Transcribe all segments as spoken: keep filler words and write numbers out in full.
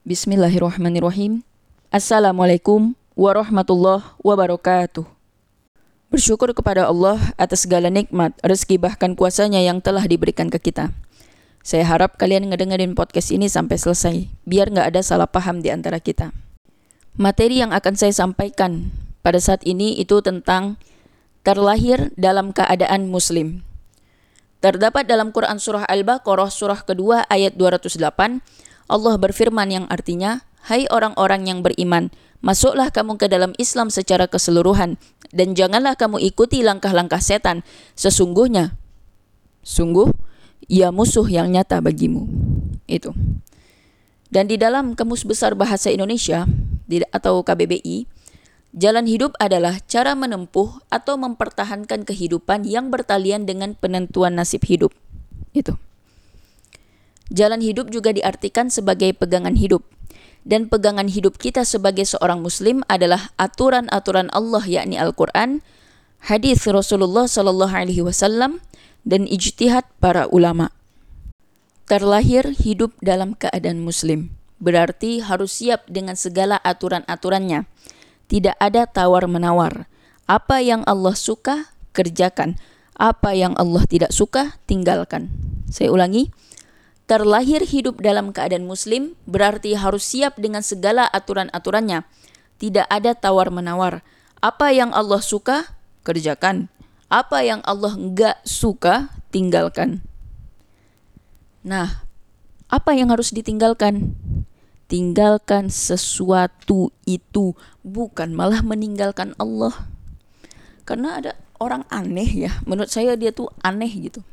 Bismillahirrahmanirrahim. Assalamualaikum warahmatullahi wabarakatuh. Bersyukur kepada Allah atas segala nikmat, rezeki bahkan kuasanya yang telah diberikan ke kita. Saya harap kalian ngedengerin podcast ini sampai selesai, biar gak ada salah paham di antara kita. Materi yang akan saya sampaikan pada saat ini itu tentang terlahir dalam keadaan muslim. Terdapat dalam Quran surah Al-Baqarah surah kedua ayat dua ratus delapan, Allah berfirman yang artinya, "Hai orang-orang yang beriman, masuklah kamu ke dalam Islam secara keseluruhan, dan janganlah kamu ikuti langkah-langkah setan. Sesungguhnya, sungguh, ia musuh yang nyata bagimu." Itu. Dan di dalam Kamus Besar Bahasa Indonesia atau K B B I, jalan hidup adalah cara menempuh atau mempertahankan kehidupan yang bertalian dengan penentuan nasib hidup. Itu. Jalan hidup juga diartikan sebagai pegangan hidup. Dan pegangan hidup kita sebagai seorang muslim adalah aturan-aturan Allah yakni Al-Quran, hadis Rasulullah sallallahu alaihi wasallam, dan ijtihad para ulama. Terlahir hidup dalam keadaan muslim, berarti harus siap dengan segala aturan-aturannya. Tidak ada tawar-menawar. Apa yang Allah suka, kerjakan. Apa yang Allah tidak suka, tinggalkan. Saya ulangi. Terlahir hidup dalam keadaan muslim berarti harus siap dengan segala aturan-aturannya. Tidak ada tawar-menawar. Apa yang Allah suka, kerjakan. Apa yang Allah enggak suka, tinggalkan. Nah, apa yang harus ditinggalkan? Tinggalkan sesuatu itu, bukan malah meninggalkan Allah. Karena ada orang aneh ya, menurut saya dia tuh aneh gitu.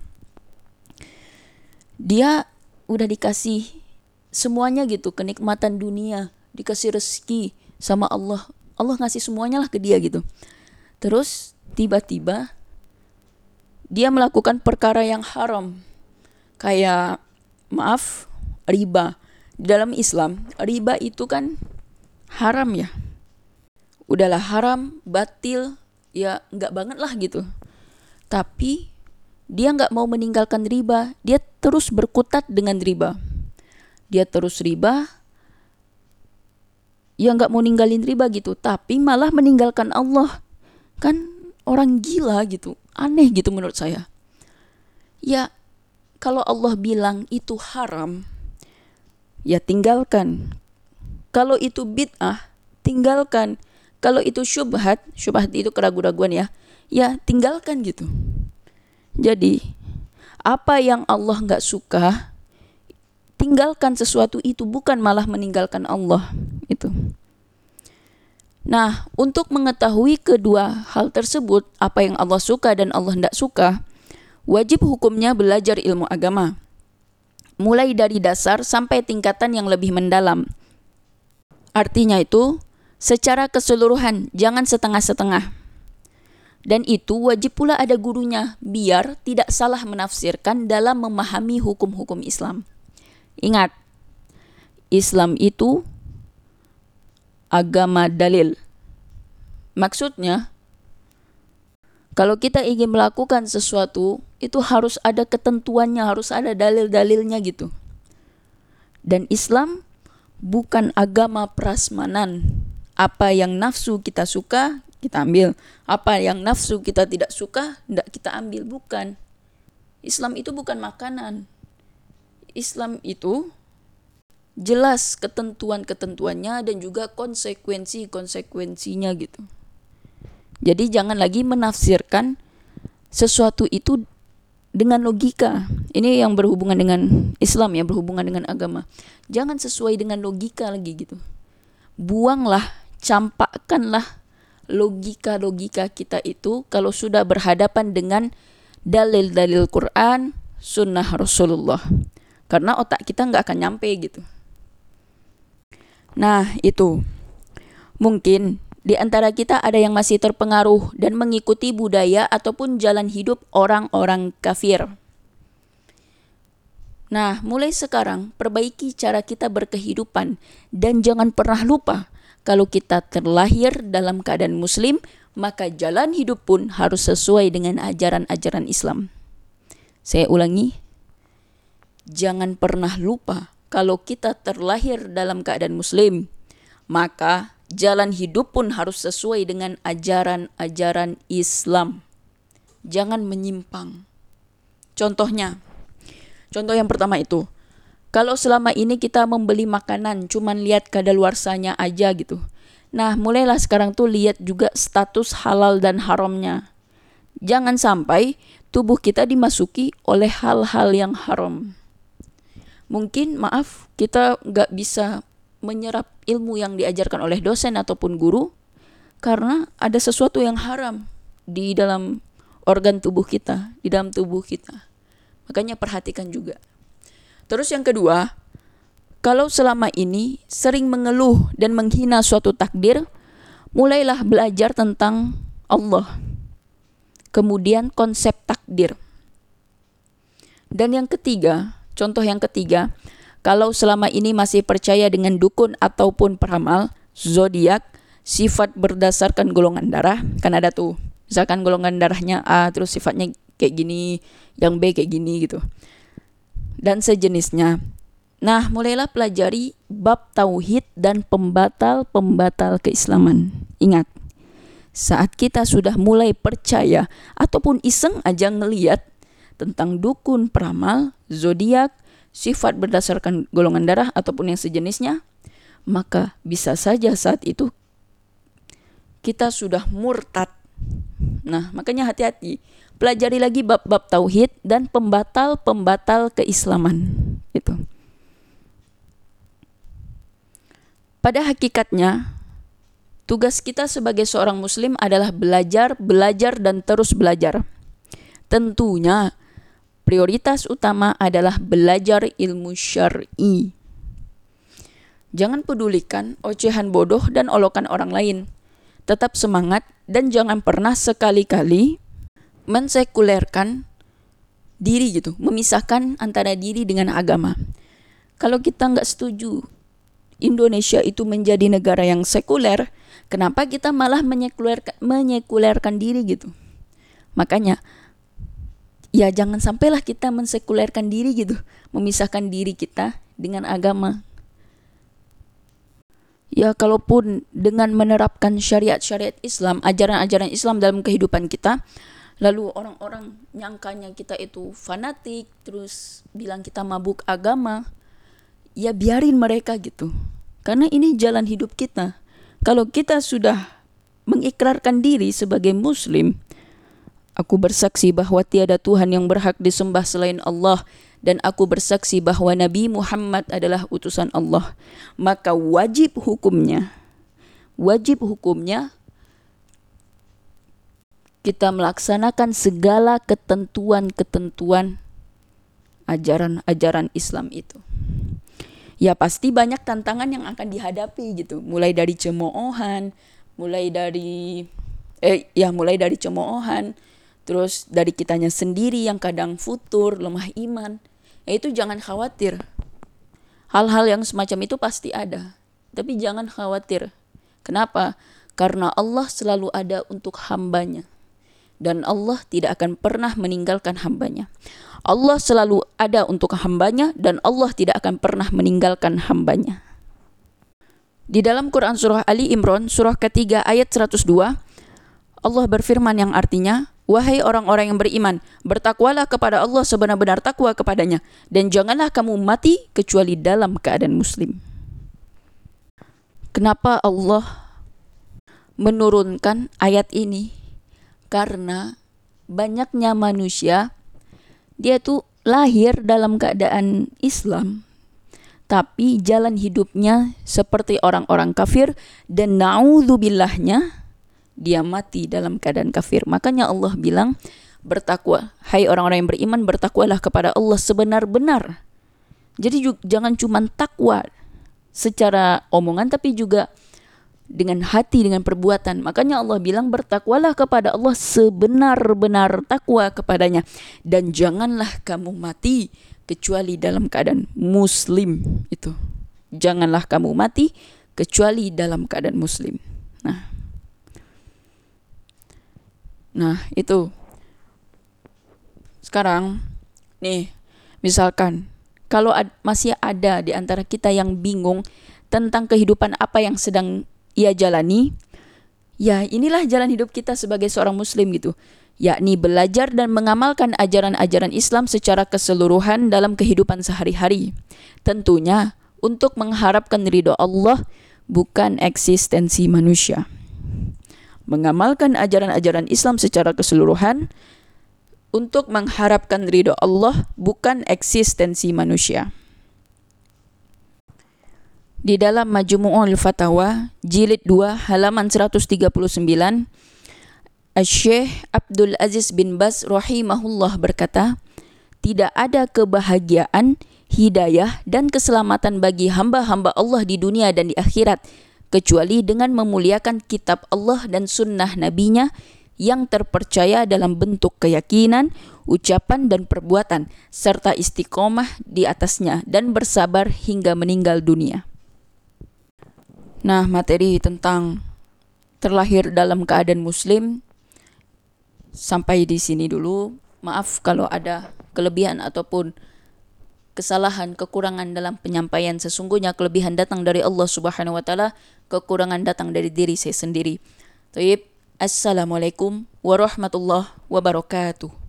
Dia udah dikasih semuanya gitu, kenikmatan dunia, dikasih rezeki sama Allah. Allah ngasih semuanya lah ke dia gitu. Terus tiba-tiba dia melakukan perkara yang haram. Kayak, maaf, riba. Di dalam Islam, riba itu kan haram ya. Udahlah haram, batil, ya enggak banget lah gitu. Tapi dia nggak mau meninggalkan riba, dia terus berkutat dengan riba. Dia terus riba, ya nggak mau ninggalin riba gitu, tapi malah meninggalkan Allah. Kan orang gila gitu, aneh gitu menurut saya. Ya, kalau Allah bilang itu haram, ya tinggalkan. Kalau itu bid'ah, tinggalkan. Kalau itu syubhat, syubhat itu keraguan-raguan ya, ya tinggalkan gitu. Jadi, apa yang Allah nggak suka, tinggalkan sesuatu itu, bukan malah meninggalkan Allah. Itu. Nah, untuk mengetahui kedua hal tersebut, apa yang Allah suka dan Allah nggak suka, wajib hukumnya belajar ilmu agama. Mulai dari dasar sampai tingkatan yang lebih mendalam. Artinya itu, secara keseluruhan, jangan setengah-setengah. Dan itu wajib pula ada gurunya, biar tidak salah menafsirkan dalam memahami hukum-hukum Islam. Ingat, Islam itu agama dalil. Maksudnya, kalau kita ingin melakukan sesuatu, itu harus ada ketentuannya, harus ada dalil-dalilnya gitu. Dan Islam bukan agama prasmanan. Apa yang nafsu kita suka, kita ambil. Apa yang nafsu kita tidak suka, tidak kita ambil. Bukan. Islam itu bukan makanan. Islam itu jelas ketentuan-ketentuannya dan juga konsekuensi-konsekuensinya gitu. Jadi jangan lagi menafsirkan sesuatu itu dengan logika. Ini yang berhubungan dengan Islam ya, berhubungan dengan agama. Jangan sesuai dengan logika lagi gitu. Buanglah, campakkanlah logika-logika kita itu kalau sudah berhadapan dengan dalil-dalil Quran, sunnah Rasulullah. Karena otak kita nggak akan nyampe gitu. Nah itu, mungkin di antara kita ada yang masih terpengaruh dan mengikuti budaya ataupun jalan hidup orang-orang kafir. Nah, mulai sekarang perbaiki cara kita berkehidupan dan jangan pernah lupa kalau kita terlahir dalam keadaan muslim, maka jalan hidup pun harus sesuai dengan ajaran-ajaran Islam. Saya ulangi, jangan pernah lupa kalau kita terlahir dalam keadaan muslim, maka jalan hidup pun harus sesuai dengan ajaran-ajaran Islam. Jangan menyimpang. Contohnya, contoh yang pertama itu, kalau selama ini kita membeli makanan cuman lihat kadaluarsanya aja gitu. Nah, mulailah sekarang tuh lihat juga status halal dan haramnya. Jangan sampai tubuh kita dimasuki oleh hal-hal yang haram. Mungkin, maaf, kita nggak bisa menyerap ilmu yang diajarkan oleh dosen ataupun guru karena ada sesuatu yang haram di dalam organ tubuh kita, di dalam tubuh kita. Makanya perhatikan juga. Terus yang kedua, kalau selama ini sering mengeluh dan menghina suatu takdir, mulailah belajar tentang Allah. Kemudian konsep takdir. Dan yang ketiga, contoh yang ketiga, kalau selama ini masih percaya dengan dukun ataupun peramal, zodiak, sifat berdasarkan golongan darah, kan ada tuh, misalkan golongan darahnya A, terus sifatnya kayak gini, yang B kayak gini gitu, dan sejenisnya. Nah, mulailah pelajari bab tauhid dan pembatal-pembatal keislaman. Ingat, saat kita sudah mulai percaya ataupun iseng aja ngeliat tentang dukun, peramal, zodiak, sifat berdasarkan golongan darah ataupun yang sejenisnya, maka bisa saja saat itu kita sudah murtad. Nah, makanya hati-hati. Pelajari lagi bab-bab tauhid dan pembatal-pembatal keislaman. Itu. Pada hakikatnya, tugas kita sebagai seorang muslim adalah belajar, belajar, dan terus belajar. Tentunya, prioritas utama adalah belajar ilmu syar'i. Jangan pedulikan ocehan bodoh dan olokan orang lain. Tetap semangat dan jangan pernah sekali-kali mensekulerkan diri gitu, memisahkan antara diri dengan agama. Kalau kita nggak setuju Indonesia itu menjadi negara yang sekuler, kenapa kita malah menyekulerkan, menyekulerkan diri gitu? Makanya, ya jangan sampailah kita mensekulerkan diri gitu, memisahkan diri kita dengan agama. Ya, kalaupun dengan menerapkan syariat-syariat Islam, ajaran-ajaran Islam dalam kehidupan kita, lalu orang-orang nyangkanya kita itu fanatik, terus bilang kita mabuk agama, ya biarin mereka gitu. Karena ini jalan hidup kita. Kalau kita sudah mengikrarkan diri sebagai muslim, aku bersaksi bahwa tiada Tuhan yang berhak disembah selain Allah, dan aku bersaksi bahwa Nabi Muhammad adalah utusan Allah, maka wajib hukumnya, wajib hukumnya kita melaksanakan segala ketentuan-ketentuan ajaran-ajaran Islam itu. Ya pasti banyak tantangan yang akan dihadapi gitu, mulai dari cemoohan, mulai dari eh ya mulai dari cemoohan, terus dari kitanya sendiri yang kadang futur, lemah iman. Ya itu jangan khawatir. Hal-hal yang semacam itu pasti ada, tapi jangan khawatir. Kenapa? Karena Allah selalu ada untuk hambanya. Dan Allah tidak akan pernah meninggalkan hambanya. Allah selalu ada untuk hambanya dan Allah tidak akan pernah meninggalkan hambanya. Di dalam Quran surah Ali Imran surah ketiga ayat seratus dua, Allah berfirman yang artinya, wahai orang-orang yang beriman, bertakwalah kepada Allah sebenar-benar takwa kepadanya, dan janganlah kamu mati kecuali dalam keadaan muslim. Kenapa Allah menurunkan ayat ini? Karena banyaknya manusia, dia tuh lahir dalam keadaan Islam, tapi jalan hidupnya seperti orang-orang kafir, dan na'udzubillahnya dia mati dalam keadaan kafir. Makanya Allah bilang, bertakwa, hai orang-orang yang beriman, bertakwalah kepada Allah sebenar-benar. Jadi juga, jangan cuma takwa secara omongan, tapi juga dengan hati, dengan perbuatan. Makanya Allah bilang, bertakwalah kepada Allah sebenar-benar takwa kepadanya, dan janganlah kamu mati kecuali dalam keadaan muslim. Itu, janganlah kamu mati kecuali dalam keadaan muslim. Nah, nah itu. Sekarang nih, misalkan Kalau ad, masih ada di antara kita yang bingung tentang kehidupan apa yang sedang ia jalani, ya inilah jalan hidup kita sebagai seorang muslim gitu, yakni belajar dan mengamalkan ajaran-ajaran Islam secara keseluruhan dalam kehidupan sehari-hari. Tentunya untuk mengharapkan ridho Allah, bukan eksistensi manusia. Mengamalkan ajaran-ajaran Islam secara keseluruhan untuk mengharapkan ridho Allah, bukan eksistensi manusia. Di dalam Majmu'ul Fatawa, jilid dua, halaman seratus tiga puluh sembilan, Asy-Syaikh Abdul Aziz bin Baz rahimahullah berkata, tidak ada kebahagiaan, hidayah, dan keselamatan bagi hamba-hamba Allah di dunia dan di akhirat, kecuali dengan memuliakan kitab Allah dan sunnah nabinya yang terpercaya dalam bentuk keyakinan, ucapan, dan perbuatan, serta istiqomah di atasnya dan bersabar hingga meninggal dunia. Nah, materi tentang terlahir dalam keadaan muslim sampai di sini dulu. Maaf kalau ada kelebihan ataupun kesalahan, kekurangan dalam penyampaian. Sesungguhnya kelebihan datang dari Allah Subhanahu wa taala, kekurangan datang dari diri saya sendiri. Taib. Assalamualaikum warahmatullahi wabarakatuh.